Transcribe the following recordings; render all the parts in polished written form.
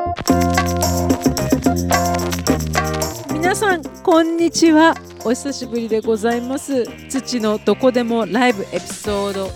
皆さんこんにちは。お久しぶりでございます。土のどこでもライブエピソード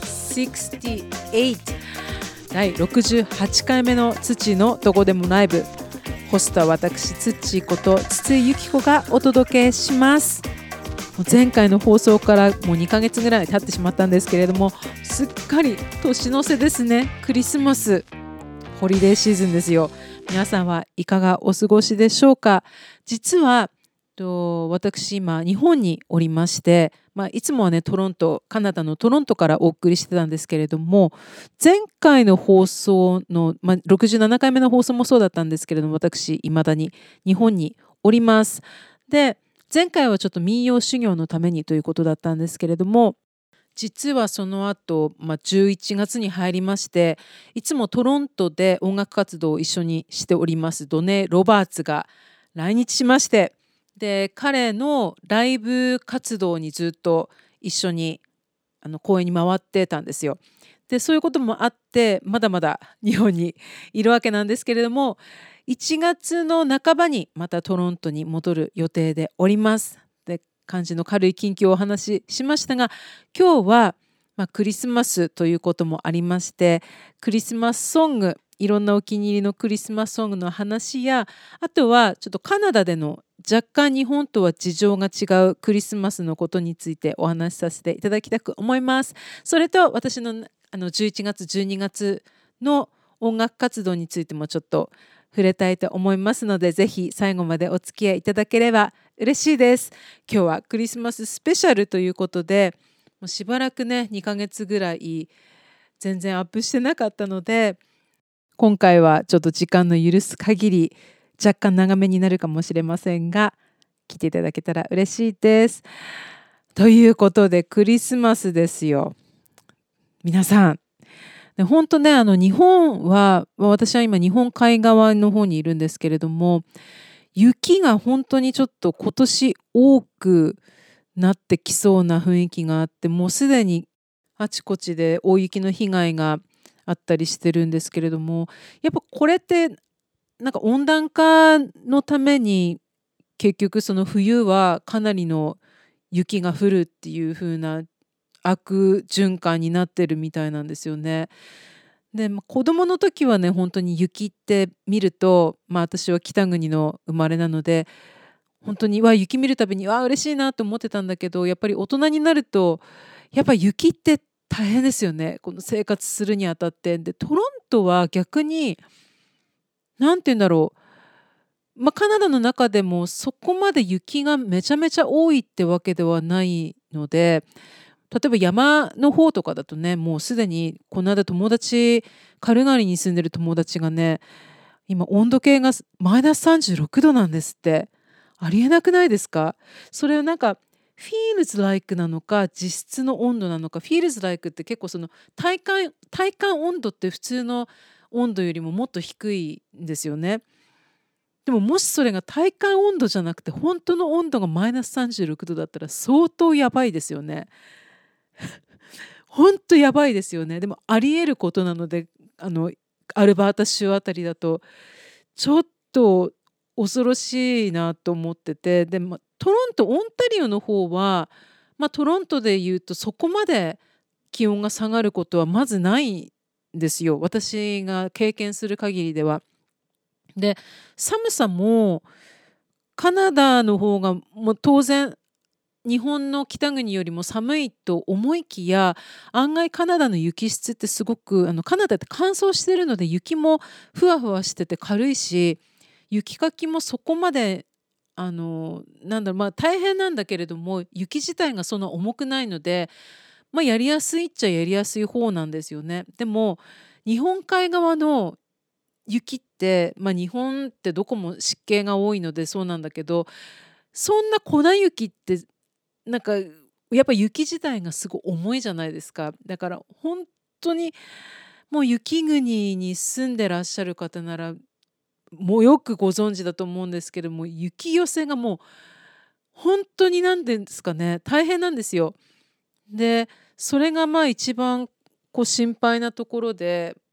68、第68回目の土のどこでもライブ。ホストは私土こと筒井由紀子がお届けします。前回の放送からもう2ヶ月ぐらい経ってしまったんですけれども、すっかり年の瀬ですね。クリスマスホリデーシーズンですよ。皆さんはいかがお過ごしでしょうか。実は私今日本におりまして、いつもはねカナダのトロントからお送りしてたんですけれども、前回の放送の、67回目の放送もそうだったんですけれども、私未だに日本におります。で、前回はちょっと民謡修行のためにということだったんですけれども、実はその後、11月に入りまして、いつもトロントで音楽活動を一緒にしておりますドネ・ロバーツが来日しまして、で彼のライブ活動にずっと一緒に公演に回ってたんですよ。でそういうこともあってまだまだ日本にいるわけなんですけれども、1月の半ばにまたトロントに戻る予定でおります。で感じの軽い近況をお話ししましたが、今日は、クリスマスということもありまして、クリスマスソング、いろんなお気に入りのクリスマスソングの話や、あとはちょっとカナダでの若干日本とは事情が違うクリスマスのことについてお話しさせていただきたく思います。それと私の11月12月の音楽活動についてもちょっと触れたいと思いますので、ぜひ最後までお付き合いいただければ嬉しいです。今日はクリスマススペシャルということで、もうしばらくね2ヶ月ぐらい全然アップしてなかったので、今回はちょっと時間の許す限り若干長めになるかもしれませんが、来ていただけたら嬉しいです。ということでクリスマスですよ。皆さん本当ね、日本は、私は今日本海側の方にいるんですけれども、雪が本当にちょっと今年多くなってきそうな雰囲気があって、もうすでにあちこちで大雪の被害があったりしてるんですけれども、やっぱこれってなんか温暖化のために結局その冬はかなりの雪が降るっていう風な悪循環になってるみたいなんですよね。で、子供の時はね本当に雪って見ると、私は北国の生まれなので、本当に雪見るたびに嬉しいなと思ってたんだけど、やっぱり大人になるとやっぱ雪って大変ですよね、この生活するにあたって。でトロントは逆に何て言うんだろう、カナダの中でもそこまで雪がめちゃめちゃ多いってわけではないので、例えば山の方とかだとね、もうすでにこの間カルガリーに住んでる友達がね、今温度計がマイナス36度なんですって。ありえなくないですか？それをなんかfeels like なのか実質の温度なのか。feels like って結構その体感温度って普通の温度よりももっと低いんですよね。でももしそれが体感温度じゃなくて本当の温度がマイナス36度だったら相当やばいですよね。本当やばいですよね。でもありえることなので、アルバータ州あたりだとちょっと恐ろしいなと思ってて、で、トロントオンタリオの方は、トロントで言うとそこまで気温が下がることはまずないんですよ、私が経験する限りでは。で寒さもカナダの方がもう当然日本の北国よりも寒いと思いきや、案外カナダの雪質ってすごくカナダって乾燥してるので雪もふわふわしてて軽いし、雪かきもそこまでなんだろう、大変なんだけれども雪自体がそんな重くないので、やりやすいっちゃやりやすい方なんですよね。でも日本海側の雪って、日本ってどこも湿気が多いのでそうなんだけど、そんな粉雪ってなんかやっぱ雪自体がすごい重いじゃないですか。だから本当にもう雪国に住んでらっしゃる方ならもうよくご存知だと思うんですけども、雪寄せがもう本当に何て言うんですかね、大変なんですよ。でそれが一番心配なところで、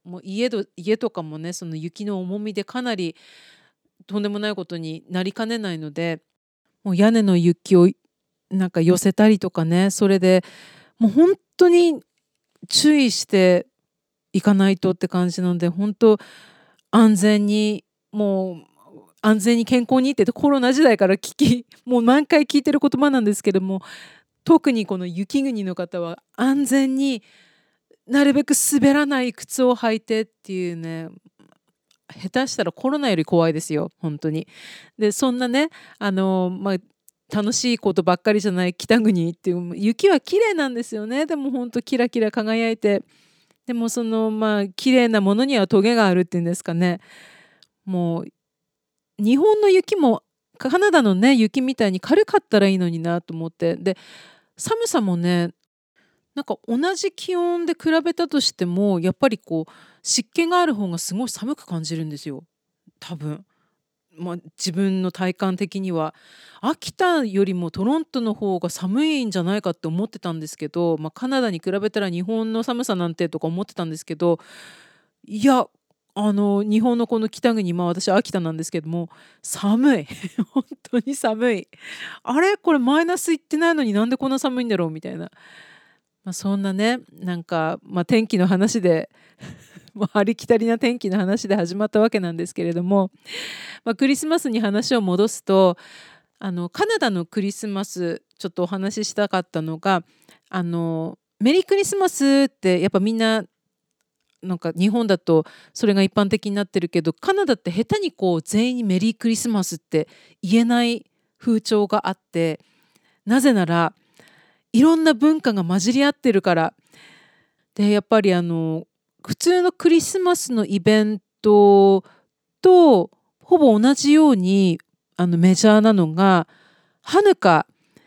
もう家とかもね、その雪の重みでかなりとんでもないことになりかねないので、もう屋根の雪をなんか寄せたりとかね、それでもう本当に注意していかないとって感じなので、本当安全に、もう安全に健康にってコロナ時代からもう何回聞いてる言葉なんですけども、特にこの雪国の方は安全になるべく滑らない靴を履いてっていうね、下手したらコロナより怖いですよ本当に。でそんなね、楽しいことばっかりじゃない北国っていう、雪は綺麗なんですよね。でも本当キラキラ輝いて、でもその綺麗なものにはトゲがあるっていうんですかね。もう日本の雪もカナダのね雪みたいに軽かったらいいのになと思って、で寒さもね、なんか同じ気温で比べたとしてもやっぱりこう湿気がある方がすごい寒く感じるんですよ多分。自分の体感的には秋田よりもトロントの方が寒いんじゃないかって思ってたんですけど、カナダに比べたら日本の寒さなんてとか思ってたんですけど、いや日本のこの北国、私秋田なんですけども寒い本当に寒い。あれこれマイナスいってないのになんでこんな寒いんだろうみたいな、そんなね、なんか、天気の話でありきたりな天気の話で始まったわけなんですけれども、クリスマスに話を戻すと、カナダのクリスマスちょっとお話ししたかったのが、メリークリスマスってやっぱみんななんか日本だとそれが一般的になってるけど、カナダって下手にこう全員にメリークリスマスって言えない風潮があって、なぜならいろんな文化が混じり合ってるからで、やっぱり普通のクリスマスのイベントとほぼ同じようにメジャーなのがハヌカ、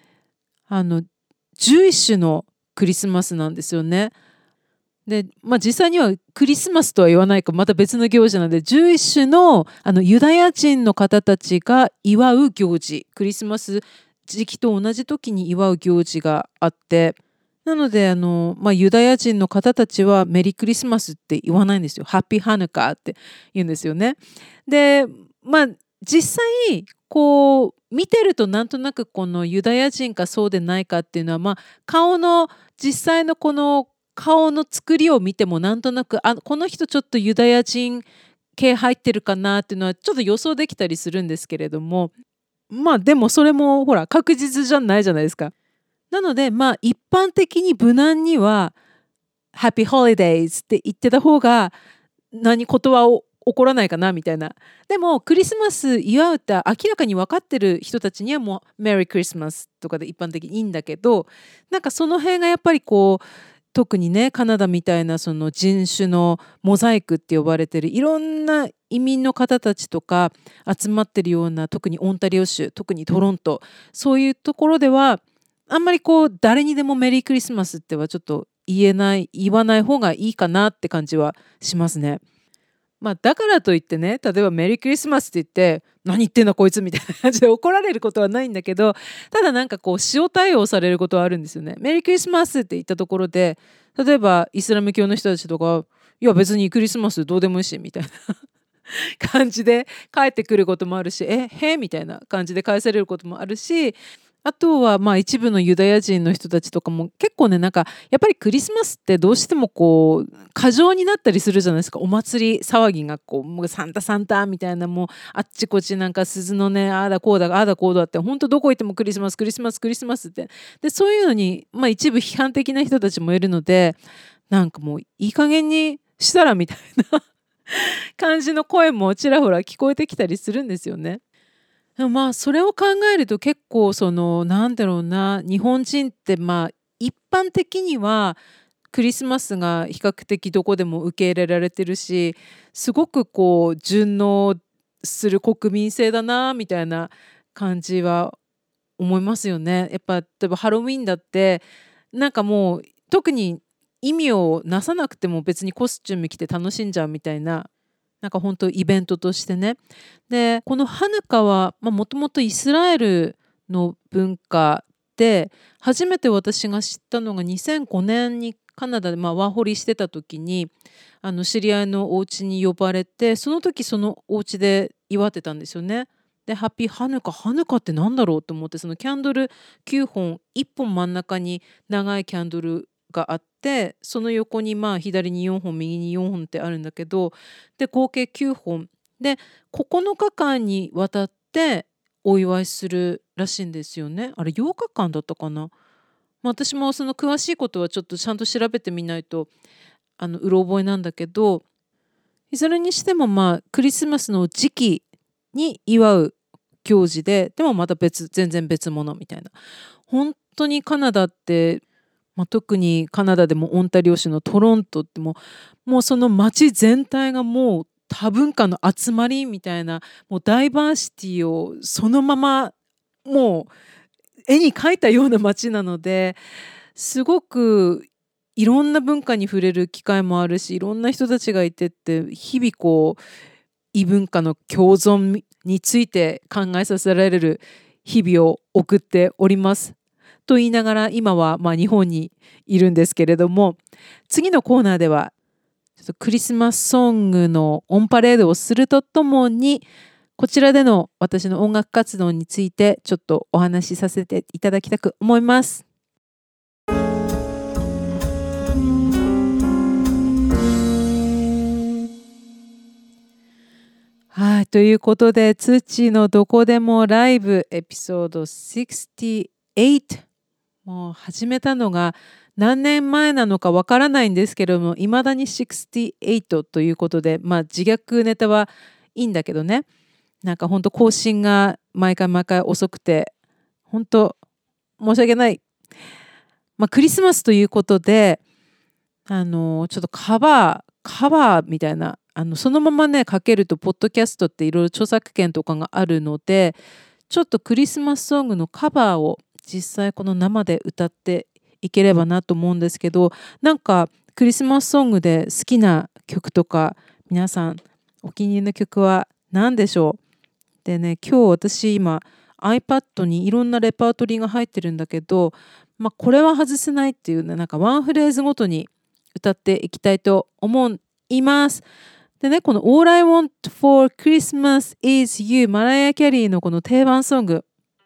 ジュイッシュのクリスマスなんですよね。で、実際にはクリスマスとは言わないかまた別の行事なので、ジュイッシュのユダヤ人の方たちが祝う行事、クリスマス時期と同じ時に祝う行事があって、なのでユダヤ人の方たちはメリークリスマスって言わないんですよ。ハッピーハヌカって言うんですよね。で実際こう見てるとなんとなくこのユダヤ人かそうでないかっていうのは、顔の実際のこの顔の作りを見てもなんとなくこの人ちょっとユダヤ人系入ってるかなっていうのはちょっと予想できたりするんですけれども、でもそれもほら確実じゃないじゃないですか。なので一般的に無難にはハッピーホリデーズって言ってた方がことは起こらないかなみたいな。でもクリスマス祝うって明らかに分かってる人たちにはもうメリークリスマスとかで一般的にいいんだけど、なんかその辺がやっぱりこう特にねカナダみたいなその人種のモザイクって呼ばれてるいろんな移民の方たちとか集まってるような、特にオンタリオ州、特にトロント、そういうところではあんまりこう誰にでもメリークリスマスってはちょっと言わない方がいいかなって感じはしますね。だからといってね、例えばメリークリスマスって言って何言ってんのこいつみたいな感じで怒られることはないんだけど、ただなんかこう塩対応されることはあるんですよね。メリークリスマスって言ったところで、例えばイスラム教の人たちとか、いや別にクリスマスどうでもいいしみたいな感じで帰ってくることもあるし、へみたいな感じで返されることもあるし、あとは一部のユダヤ人の人たちとかも結構ね、なんかやっぱりクリスマスってどうしてもこう過剰になったりするじゃないですか。お祭り騒ぎがこうもうサンタサンタみたいな、もうあっちこっちなんか鈴のね、ああだこうだああだこうだって、本当どこ行ってもクリスマスクリスマスクリスマスって、でそういうのに一部批判的な人たちもいるので、なんかもういい加減にしたらみたいな感じの声もちらほら聞こえてきたりするんですよね。でもそれを考えると結構そのなんだろうな、日本人って一般的にはクリスマスが比較的どこでも受け入れられてるし、すごくこう順応する国民性だなみたいな感じは思いますよね。やっぱ例えばハロウィンだってなんかもう特に意味をなさなくても別にコスチューム着て楽しんじゃうみたいな、なんか本当イベントとしてね。でこのハヌカはもともとイスラエルの文化で、初めて私が知ったのが2005年にカナダでワーホリしてた時に知り合いのお家に呼ばれて、その時そのお家で祝ってたんですよね。でハッピーハヌカ、ハヌカってなんだろうと思って、そのキャンドル9本、1本真ん中に長いキャンドルがあって、その横に左に4本右に4本ってあるんだけど、で合計9本で9日間にわたってお祝いするらしいんですよね。あれ8日間だったかな。私もその詳しいことはちょっとちゃんと調べてみないとうろ覚えなんだけど、いずれにしてもクリスマスの時期に祝う行事で、でもまた全然別物みたいな。本当にカナダって、特にカナダでもオンタリオ州のトロントってもうその街全体がもう多文化の集まりみたいな、もうダイバーシティをそのままもう絵に描いたような街なので、すごくいろんな文化に触れる機会もあるし、いろんな人たちがいてって、日々異文化の共存について考えさせられる日々を送っておりますと言いながら、今は日本にいるんですけれども、次のコーナーではちょっとクリスマスソングのオンパレードをするとともに、こちらでの私の音楽活動についてちょっとお話しさせていただきたく思います。はい、ということで、土のどこでもライブエピソード68、もう始めたのが何年前なのかわからないんですけれども、いまだに68ということで、自虐ネタはいいんだけどね、なんか本当更新が毎回遅くて本当申し訳ない。クリスマスということでちょっとカバーみたいな、そのままねかけるとポッドキャストっていろいろ著作権とかがあるので、ちょっとクリスマスソングのカバーを実際この生で歌っていければなと思うんですけど、なんかクリスマスソングで好きな曲とか、皆さんお気に入りの曲は何でしょう。でね、今日私今 iPad にいろんなレパートリーが入ってるんだけど、これは外せないっていうね、なんかワンフレーズごとに歌っていきたいと思います。でね、この All I Want for Christmas is You、 マライア・キャリーのこの定番ソング、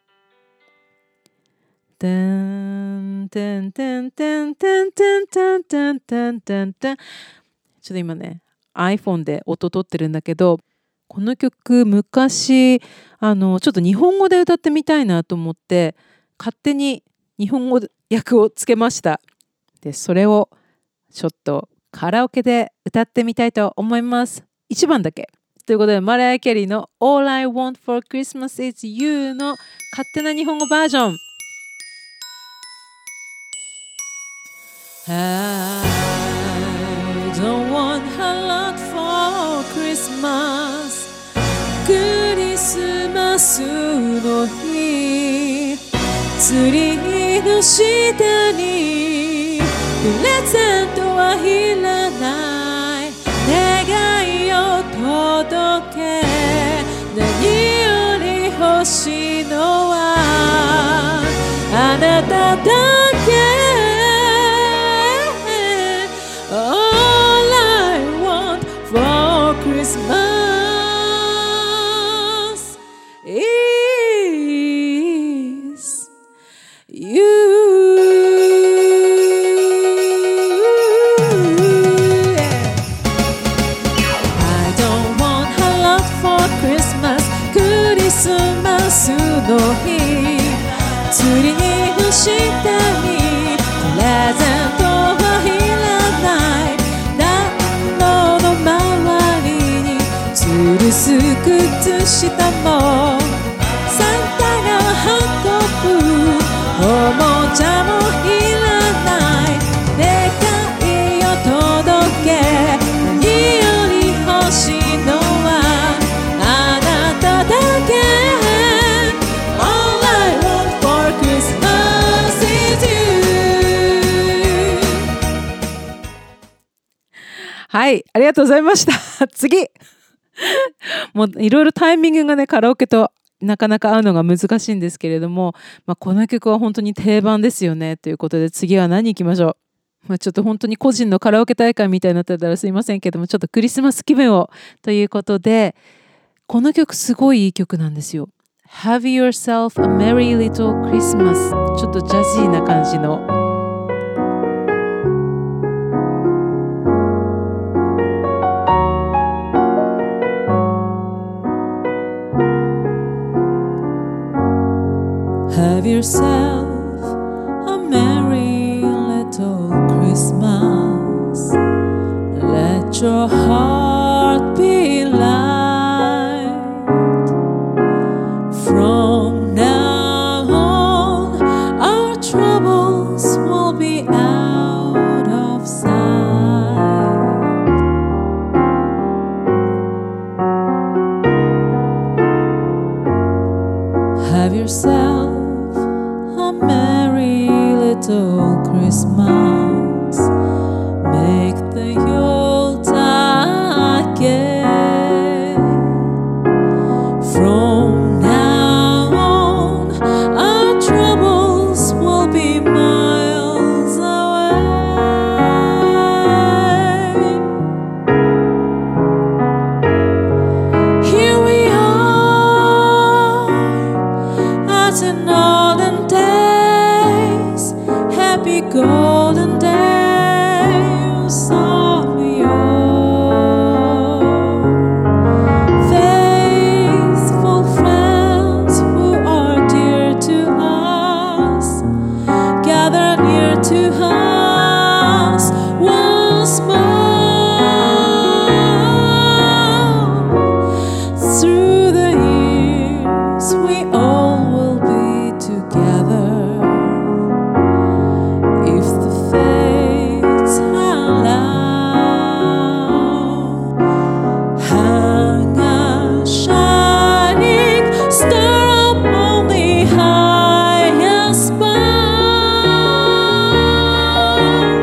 てんてんてんてんてんてんてんてんてんてんてん、ちょっと今ね iPhone で音取ってるんだけど、この曲昔ちょっと日本語で歌ってみたいなと思って勝手に日本語訳をつけました。でそれをちょっとカラオケで歌ってみたいと思います。1番だけということで、マライア・キャリーの All I Want for Christmas is You の勝手な日本語バージョン。I don't want a lot for Christmas、 クリスマスの日、ツリーの下にプレゼントはいらない、願いを届け、何より欲しいのはあなただけ。All I want for Christmas is you。の日、ツリーの下にプレゼントはいらない、暖炉の周りに吊るす靴下もサンタが運ぶ、おもちゃもいらない、願いを届け、何より欲しいのはあなただけ。はい、ありがとうございました次もういろいろタイミングがねカラオケとなかなか合うのが難しいんですけれども、この曲は本当に定番ですよねということで、次は何行きましょう。 ちょっと本当に個人のカラオケ大会みたいになってたらすいませんけども、ちょっとクリスマス気分をということで、この曲すごいいい曲なんですよ。Have yourself a merry little Christmas。 ちょっとジャジーな感じの。Have yourself a merry little Christmas. Let your heart be light. From now on, our troubles will be out of sight. Have yourself a merry little Christmas. Make the Yuletide gay. From now on, our troubles will be miles away. Here we are, as in olden days, happy golden days of yore. Faithful friends who are dear to us, gather near to us once more. Through the years we all will be together, if the fates allow. Hang a shining star up on the highest bough,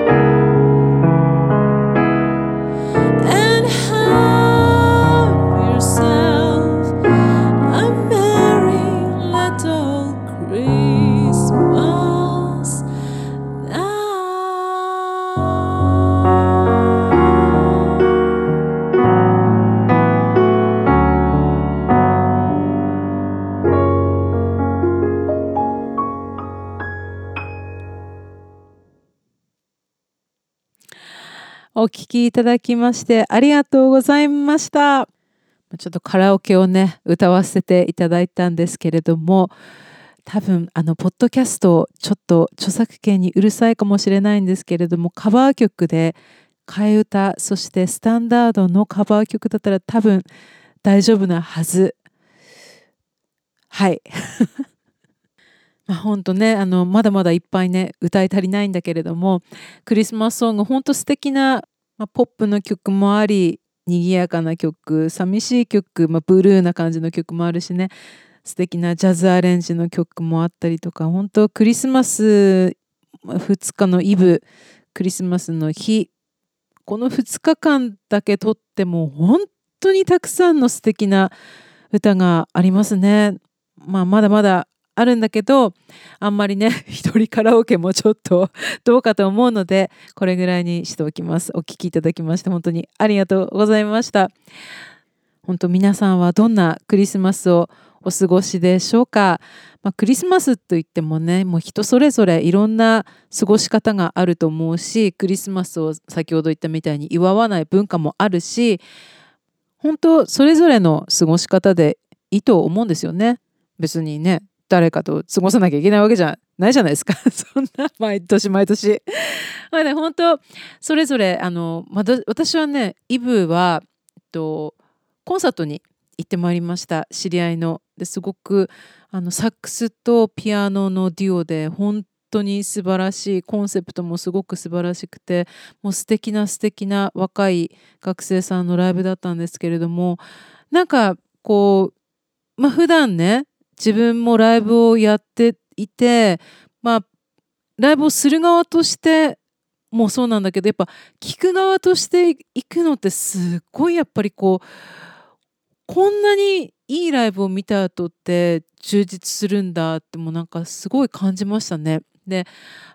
and have yourself a merry little Christmas now. お聴きいただきましてありがとうございました。ちょっとカラオケをね歌わせていただいたんですけれども、多分ポッドキャストちょっと著作権にうるさいかもしれないんですけれども、カバー曲で替え歌、そしてスタンダードのカバー曲だったら多分大丈夫なはず。はい本当ね、まだまだいっぱいね歌い足りないんだけれども、クリスマスソング本当素敵な、ポップの曲もあり、賑やかな曲、寂しい曲、ブルーな感じの曲もあるしね、素敵なジャズアレンジの曲もあったりとか、本当クリスマス2日のイブ、クリスマスの日、この2日間だけとっても本当にたくさんの素敵な歌がありますね。まだまだあるんだけど、あんまりね一人カラオケもちょっとどうかと思うので、これぐらいにしておきます。お聞きいただきまして本当にありがとうございました。本当皆さんはどんなクリスマスをお過ごしでしょうか。クリスマスといってもね、もう人それぞれいろんな過ごし方があると思うし、クリスマスを先ほど言ったみたいに祝わない文化もあるし、本当それぞれの過ごし方でいいと思うんですよね。別にね誰かと過ごさなきゃいけないわけじゃないじゃないですかそんな毎年毎年本当それぞれ私はねイブはコンサートに行ってまいりました。知り合いのですごくサックスとピアノのデュオで本当に素晴らしい、コンセプトもすごく素晴らしくて、もう素敵な若い学生さんのライブだったんですけれども、なんかこう普段ね自分もライブをやっていて、ライブをする側としてもそうなんだけど、やっぱ聞く側としていくのってすっごいやっぱりこんなにいいライブを見た後って充実するんだってもうなんかすごい感じましたね。 で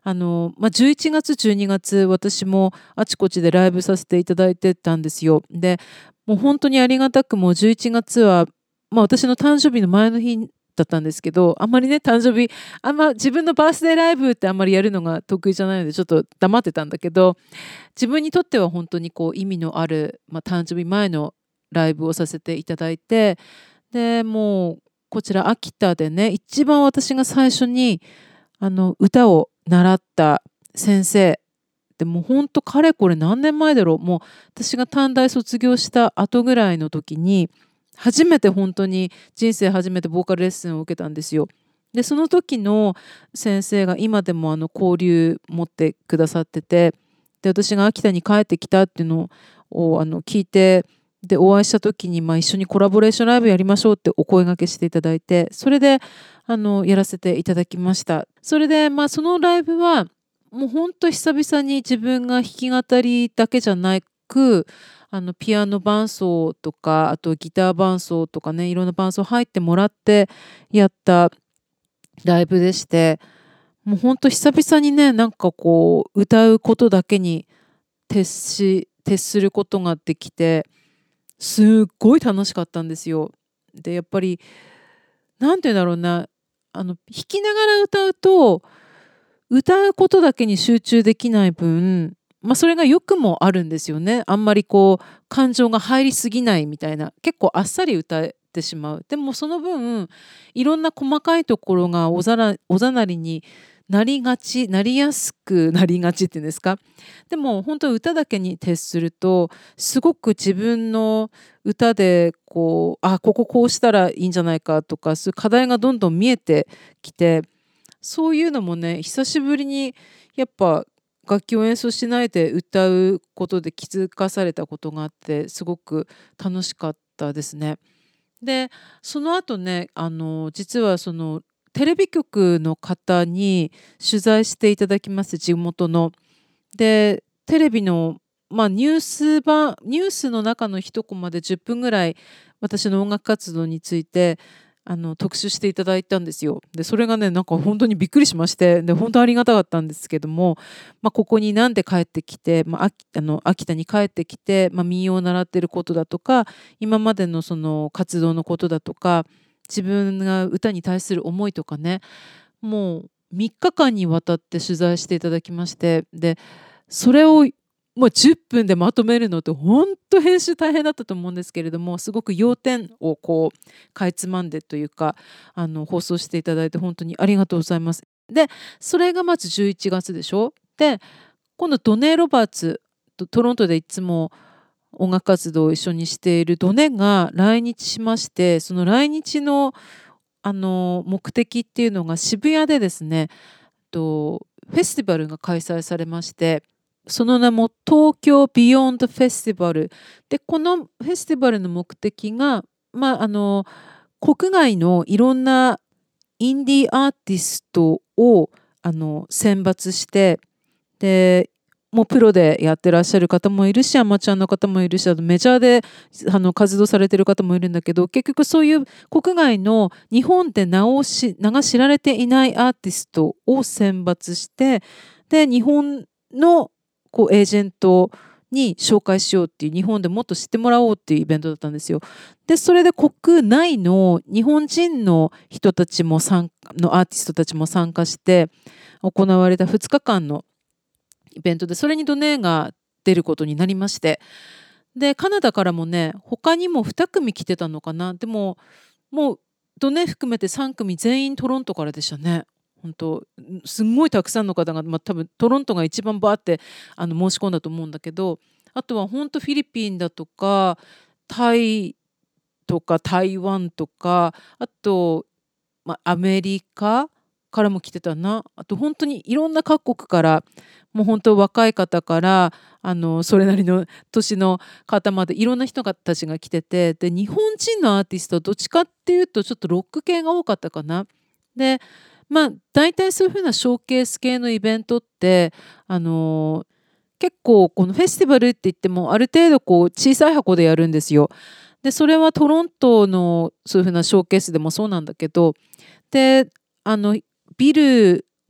11月12月私もあちこちでライブさせていただいてたんですよ。でもう本当にありがたくも11月は、私の誕生日の前の日だったんですけど、あんまりね誕生日自分のバースデーライブってあんまりやるのが得意じゃないのでちょっと黙ってたんだけど、自分にとっては本当に意味のある、誕生日前のライブをさせていただいて、でもうこちら秋田でね一番私が最初に歌を習った先生で、もうほんとかれこれ何年前だろう、もう私が短大卒業した後ぐらいの時に初めて本当に人生初めてボーカルレッスンを受けたんですよ。でその時の先生が今でも交流持ってくださってて、で私が秋田に帰ってきたっていうのを聞いて、でお会いした時に、一緒にコラボレーションライブやりましょうってお声掛けしていただいて、それでやらせていただきました。それでそのライブはもうほんと久々に自分が弾き語りだけじゃなくピアノ伴奏とかあとギター伴奏とかね、いろんな伴奏入ってもらってやったライブでして、もうほんと久々にね歌うことだけに徹することができて、すっごい楽しかったんですよ。でやっぱりなんて言うんだろうな、弾きながら歌うと歌うことだけに集中できない分、それが良くもあるんですよね。あんまり感情が入りすぎないみたいな、結構あっさり歌えてしまう。でもその分いろんな細かいところがおざなりになりやすくなりがちっていうんですか。でも本当歌だけに徹するとすごく自分の歌でこうしたらいいんじゃないかとか、そういう課題がどんどん見えてきて、そういうのもね久しぶりにやっぱ楽器を演奏しないで歌うことで気づかされたことがあって、すごく楽しかったですね。でその後ね実はそのテレビ局の方に取材していただきます、地元の。でテレビの、ニュースの中の一コマで10分ぐらい私の音楽活動について特集していただいたんですよ。でそれがね本当にびっくりしまして、で本当ありがたかったんですけども、ここになんで帰ってきて、秋田に帰ってきて、民謡を習ってることだとか今までのその活動のことだとか自分が歌に対する思いとかね、もう3日間にわたって取材していただきまして、でそれをもう10分でまとめるのって本当編集大変だったと思うんですけれども、すごく要点をかいつまんでというか放送していただいて本当にありがとうございます。でそれがまず11月でしょ。で今度ドネ・ロバーツ、トロントでいつも音楽活動を一緒にしているドネが来日しまして、その来日の目的っていうのが渋谷でですねフェスティバルが開催されまして、その名も東京ビヨンドフェスティバルで、このフェスティバルの目的が、国外のいろんなインディーアーティストを選抜して、でもうプロでやってらっしゃる方もいるしアマチュアの方もいるし、あとメジャーで活動されてる方もいるんだけど、結局そういう国外の日本で名が知られていないアーティストを選抜して、で日本のエージェントに紹介しようっていう、日本でもっと知ってもらおうっていうイベントだったんですよ。でそれで国内の日本人の人たちもアーティストたちも参加して行われた2日間のイベントで、それにドネが出ることになりまして、でカナダからもね他にも2組来てたのかな。でももうドネ含めて3組全員トロントからでしたね。本当すんごいたくさんの方が、多分トロントが一番バーって申し込んだと思うんだけど、あとは本当フィリピンだとかタイとか台湾とか、あと、アメリカからも来てたな。あと本当にいろんな各国から、もう本当若い方からそれなりの年の方までいろんな人たちが来てて、で日本人のアーティストはどっちかっていうとちょっとロック系が多かったかな。で大体そういう風なショーケース系のイベントって結構このフェスティバルって言ってもある程度小さい箱でやるんですよ。でそれはトロントのそういう風なショーケースでもそうなんだけど、でビル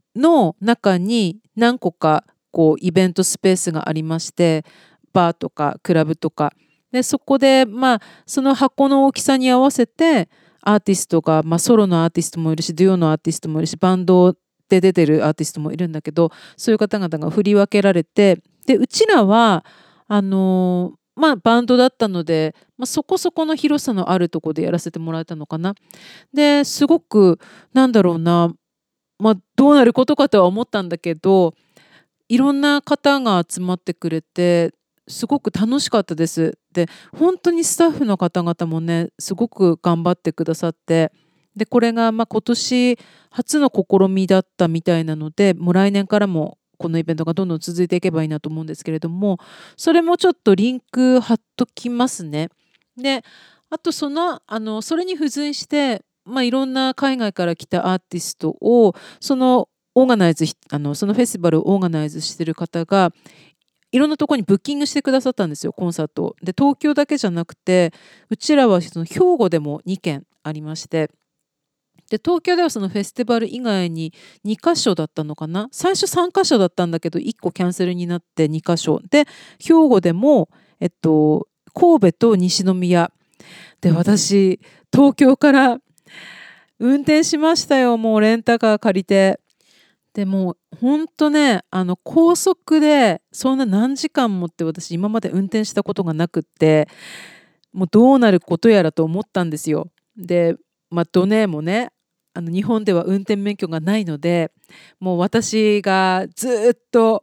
の中に何個かこうイベントスペースがありまして、バーとかクラブとかで、そこでその箱の大きさに合わせてアーティストが、ソロのアーティストもいるし、デュオのアーティストもいるし、バンドで出てるアーティストもいるんだけど、そういう方々が振り分けられて、でうちらはバンドだったので、そこそこの広さのあるところでやらせてもらえたのかな。ですごくなんだろうな、どうなることかとは思ったんだけど、いろんな方が集まってくれてすごく楽しかったです。で本当にスタッフの方々もねすごく頑張ってくださって、でこれが今年初の試みだったみたいなので、もう来年からもこのイベントがどんどん続いていけばいいなと思うんですけれども、それもちょっとリンク貼っときますね。であとそれに付随して、いろんな海外から来たアーティストをそのオーガナイズそのフェスティバルをオーガナイズしてる方がいろんなところにブッキングしてくださったんですよ、コンサートで。東京だけじゃなくて、うちらはその兵庫でも2軒ありまして、で東京ではそのフェスティバル以外に2箇所だったのかな。最初3箇所だったんだけど1個キャンセルになって2箇所で、兵庫でも、神戸と西宮で、私東京から運転しましたよ、もうレンタカー借りて。でもほんとね、高速でそんな何時間もって私今まで運転したことがなくって、もうどうなることやらと思ったんですよ。でドネーもね、日本では運転免許がないので、もう私がずっと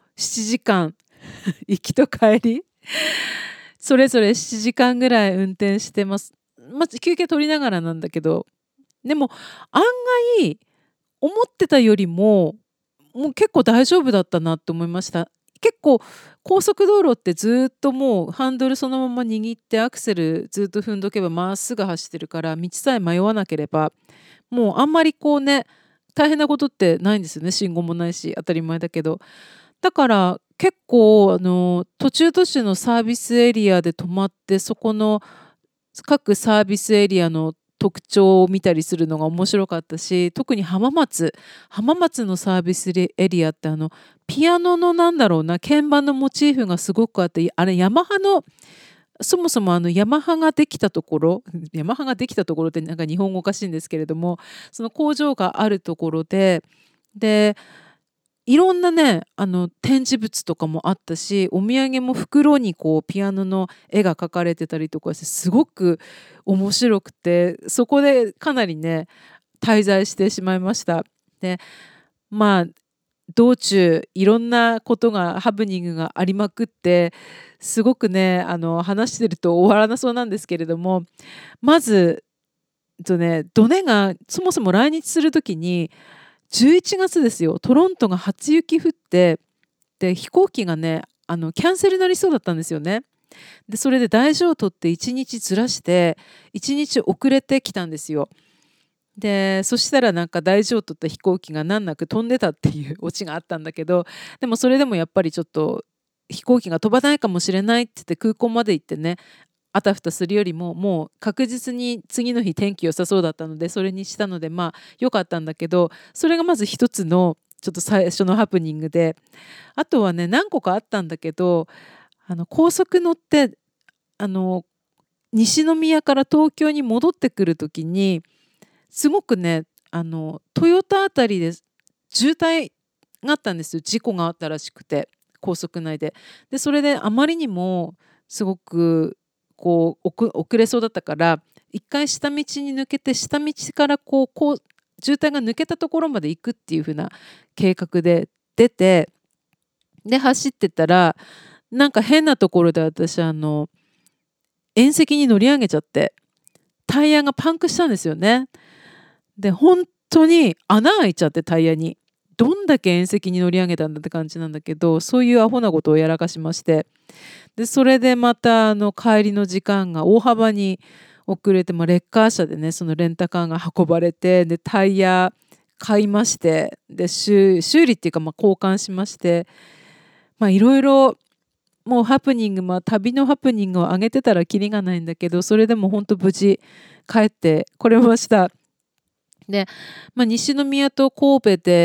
7時間行きと帰りそれぞれ7時間ぐらい運転してます。休憩取りながらなんだけど、でも案外思ってたよりも結構大丈夫だったなって思いました。結構高速道路ってずっともうハンドルそのまま握ってアクセルずっと踏んどけばまっすぐ走ってるから、道さえ迷わなければもうあんまりこうね大変なことってないんですよね。信号もないし当たり前だけど。だから結構途中途中のサービスエリアで止まって、そこの各サービスエリアの特徴を見たりするのが面白かったし、特に浜松のサービスエリアってピアノのなんだろうな、鍵盤のモチーフがすごくあって、あれヤマハの、そもそもヤマハができたところヤマハができたところってなんか日本語おかしいんですけれども、その工場があるところで、いろんなね展示物とかもあったし、お土産も袋にこうピアノの絵が描かれてたりとかして、すごく面白くて、そこでかなりね滞在してしまいました。で道中いろんなことがハプニングがありまくって、すごくね話してると終わらなそうなんですけれども、まずドネがそもそも来日する時に11月ですよ、トロントが初雪降って、で飛行機がねキャンセルになりそうだったんですよね。でそれで大事を取って1日ずらして1日遅れてきたんですよ。でそしたらなんか大事を取った飛行機が難なく飛んでたっていうオチがあったんだけど、でもそれでもやっぱりちょっと飛行機が飛ばないかもしれないって言って空港まで行ってね、あたふたするよりももう確実に次の日天気良さそうだったのでそれにしたので良かったんだけど、それがまず一つのちょっと最初のハプニングで、あとはね何個かあったんだけど、高速乗って西宮から東京に戻ってくる時にすごくね豊田あたりで渋滞があったんですよ。事故があったらしくて高速内で。でそれであまりにもすごくこう遅れそうだったから、一回下道に抜けて下道からこう渋滞が抜けたところまで行くっていう風な計画で出て、で走ってたらなんか変なところで私縁石に乗り上げちゃってタイヤがパンクしたんですよね。で本当に穴開いちゃって、タイヤにどんだけ縁石に乗り上げたんだって感じなんだけど、そういうアホなことをやらかしまして、でそれでまた帰りの時間が大幅に遅れて、レッカー車でねそのレンタカーが運ばれて、でタイヤ買いまして、で修理っていうか交換しまして、いろいろもうハプニング、旅のハプニングを上げてたらキリがないんだけど、それでも本当無事帰ってこれました。で、西宮と神戸で、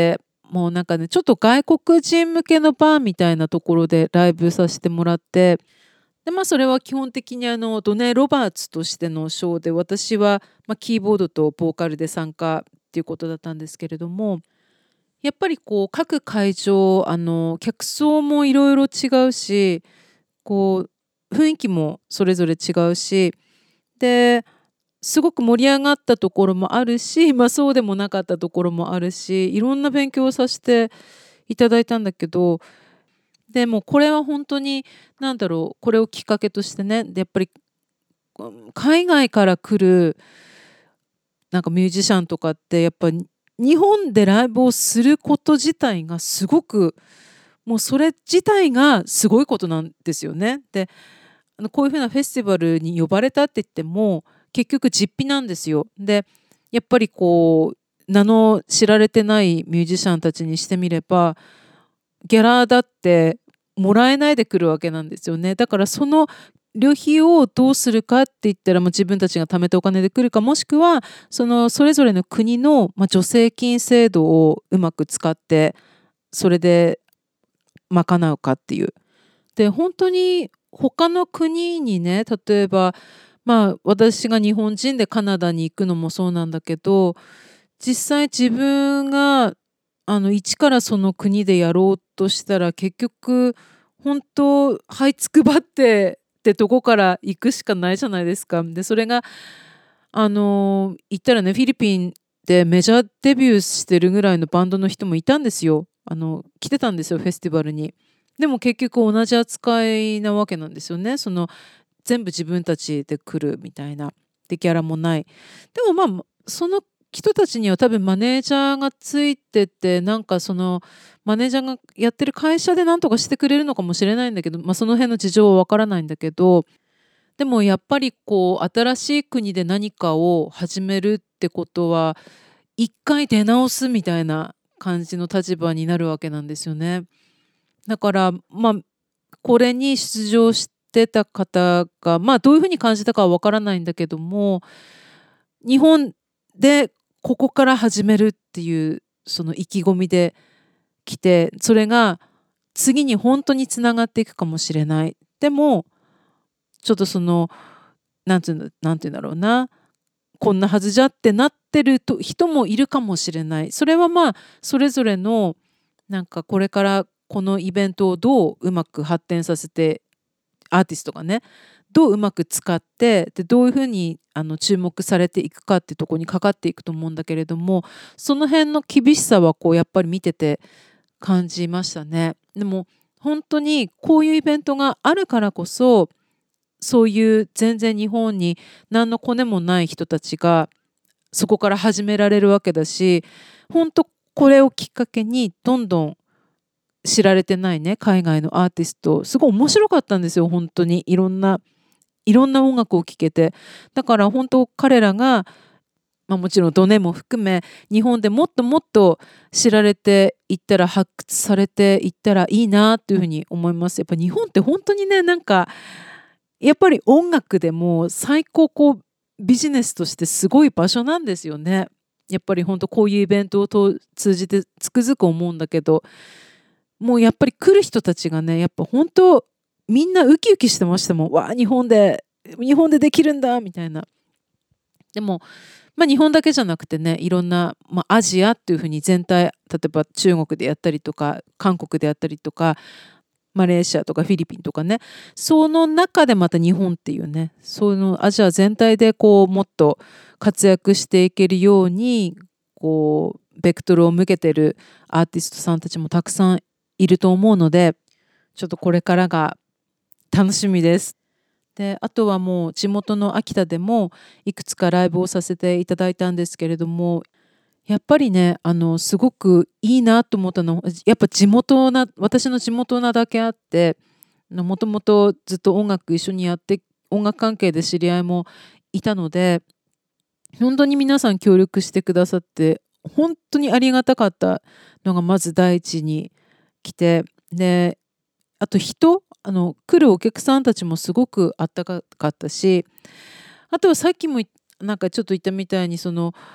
もうなんかねちょっと外国人向けのバーみたいなところでライブさせてもらって、でそれは基本的にドネ・ロバーツとしてのショーで、私はキーボードとボーカルで参加っていうことだったんですけれども、やっぱりこう各会場客層もいろいろ違うし、こう雰囲気もそれぞれ違うし、ですごく盛り上がったところもあるし、そうでもなかったところもあるし、いろんな勉強をさせていただいたんだけど、でもこれは本当にこれをきっかけとしてね、でやっぱり海外から来るなんかミュージシャンとかってやっぱ日本でライブをすること自体がすごく、もうそれ自体がすごいことなんですよね。でこういうふうなフェスティバルに呼ばれたって言っても結局実費なんですよ。でやっぱりこう名の知られてないミュージシャンたちにしてみればギャラだってもらえないで来るわけなんですよね。だからその旅費をどうするかって言ったら、自分たちが貯めたお金で来るか、もしくはそれぞれの国の、助成金制度をうまく使ってそれで賄うかっていう。で本当に他の国にね、例えば私が日本人でカナダに行くのもそうなんだけど、実際自分が一からその国でやろうとしたら結局本当這いつくばってとこから行くしかないじゃないですか。でそれが言ったらね、フィリピンでメジャーデビューしてるぐらいのバンドの人もいたんですよ。来てたんですよ、フェスティバルに。でも結局同じ扱いなわけなんですよね。全部自分たちで来るみたいな。でギャラもない。でもその人たちには多分マネージャーがついてて、なんかマネージャーがやってる会社で何とかしてくれるのかもしれないんだけど、その辺の事情はわからないんだけど、でもやっぱりこう新しい国で何かを始めるってことは一回出直すみたいな感じの立場になるわけなんですよね。だからこれに出場してた方がどういうふうに感じたかはわからないんだけども、日本でここから始めるっていうその意気込みで来て、それが次に本当につながっていくかもしれない。でもちょっとなんていうんだろうな、こんなはずじゃってなってる人もいるかもしれない。それはそれぞれのなんかこれからこのイベントをどううまく発展させて、アーティストがねどううまく使って、でどういうふうに注目されていくかっていうところにかかっていくと思うんだけれども、その辺の厳しさはこうやっぱり見てて感じましたね。でも本当にこういうイベントがあるからこそ、そういう全然日本に何のコネもない人たちがそこから始められるわけだし、本当これをきっかけにどんどん知られてないね海外のアーティスト、すごい面白かったんですよ。本当にいろんな音楽を聴けて。だから本当彼らが、もちろんドネも含め日本でもっともっと知られていったら、発掘されていったらいいなというふうに思います。やっぱ日本って本当にね、なんかやっぱり音楽でも最高こうビジネスとしてすごい場所なんですよね。やっぱり本当こういうイベントを通じてつくづく思うんだけど、もうやっぱり来る人たちがね、やっぱ本当みんなウキウキしてましたもん。わあ、日本でできるんだみたいな。でも日本だけじゃなくてね、いろんな、アジアっていうふうに全体、例えば中国でやったりとか韓国でやったりとかマレーシアとかフィリピンとかね、その中でまた日本っていうね、そのアジア全体でこうもっと活躍していけるようにこうベクトルを向けてるアーティストさんたちもたくさんいると思うので、ちょっとこれからが楽しみです。であとはもう地元の秋田でもいくつかライブをさせていただいたんですけれども、やっぱりねすごくいいなと思ったのは、やっぱ私の地元なだけあって、もともとずっと音楽一緒にやって音楽関係で知り合いもいたので、本当に皆さん協力してくださって本当にありがたかったのがまず第一に来て、であと来るお客さんたちもすごくあったかかったし、あとはさっきもなんかちょっと言ったみたいに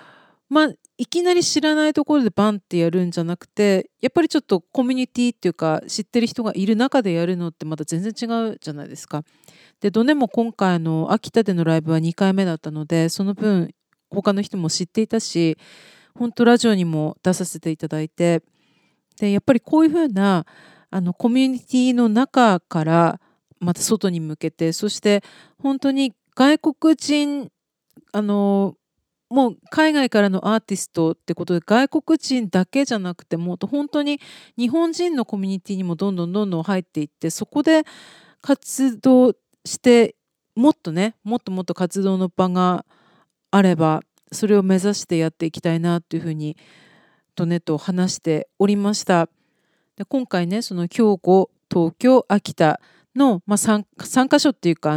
いきなり知らないところでバンってやるんじゃなくて、やっぱりちょっとコミュニティっていうか、知ってる人がいる中でやるのってまた全然違うじゃないですか。で、ドネも今回の秋田でのライブは2回目だったので、その分他の人も知っていたし、本当ラジオにも出させていただいて、でやっぱりこういう風なコミュニティの中からまた外に向けて、そして本当に外国人もう海外からのアーティストってことで、外国人だけじゃなくて、もっと本当に日本人のコミュニティにもどんどんどんどん入っていって、そこで活動して、もっとね、もっともっと活動の場があれば、それを目指してやっていきたいなというふうにと話しておりました。で今回ね、その兵庫、東京、秋田の、3カ所っていうか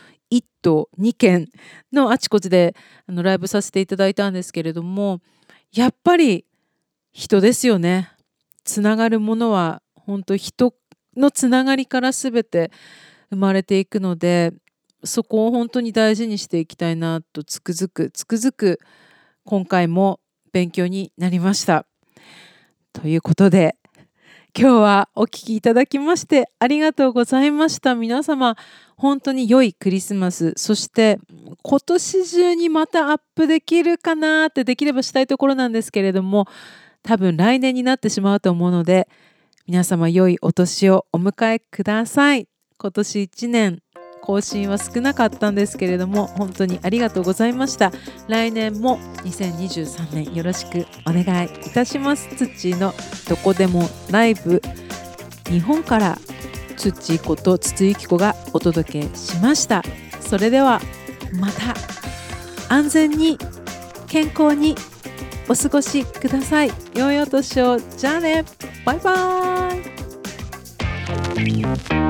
1都2県のあちこちでライブさせていただいたんですけれども、やっぱり人ですよね。つながるものは本当人のつながりから全て生まれていくので、そこを本当に大事にしていきたいなとつくづく今回も勉強になりました。ということで、今日はお聞きいただきましてありがとうございました。皆様本当に良いクリスマス、そして今年中にまたアップできるかなってできればしたいところなんですけれども、多分来年になってしまうと思うので、皆様良いお年をお迎えください。今年1年更新は少なかったんですけれども、本当にありがとうございました。来年も2023年よろしくお願いいたします。ツッチーのどこでもライブ、日本からツッチーこと筒井紀子がお届けしました。それではまた安全に健康にお過ごしください。良いお年を。じゃあね、バイバーイ。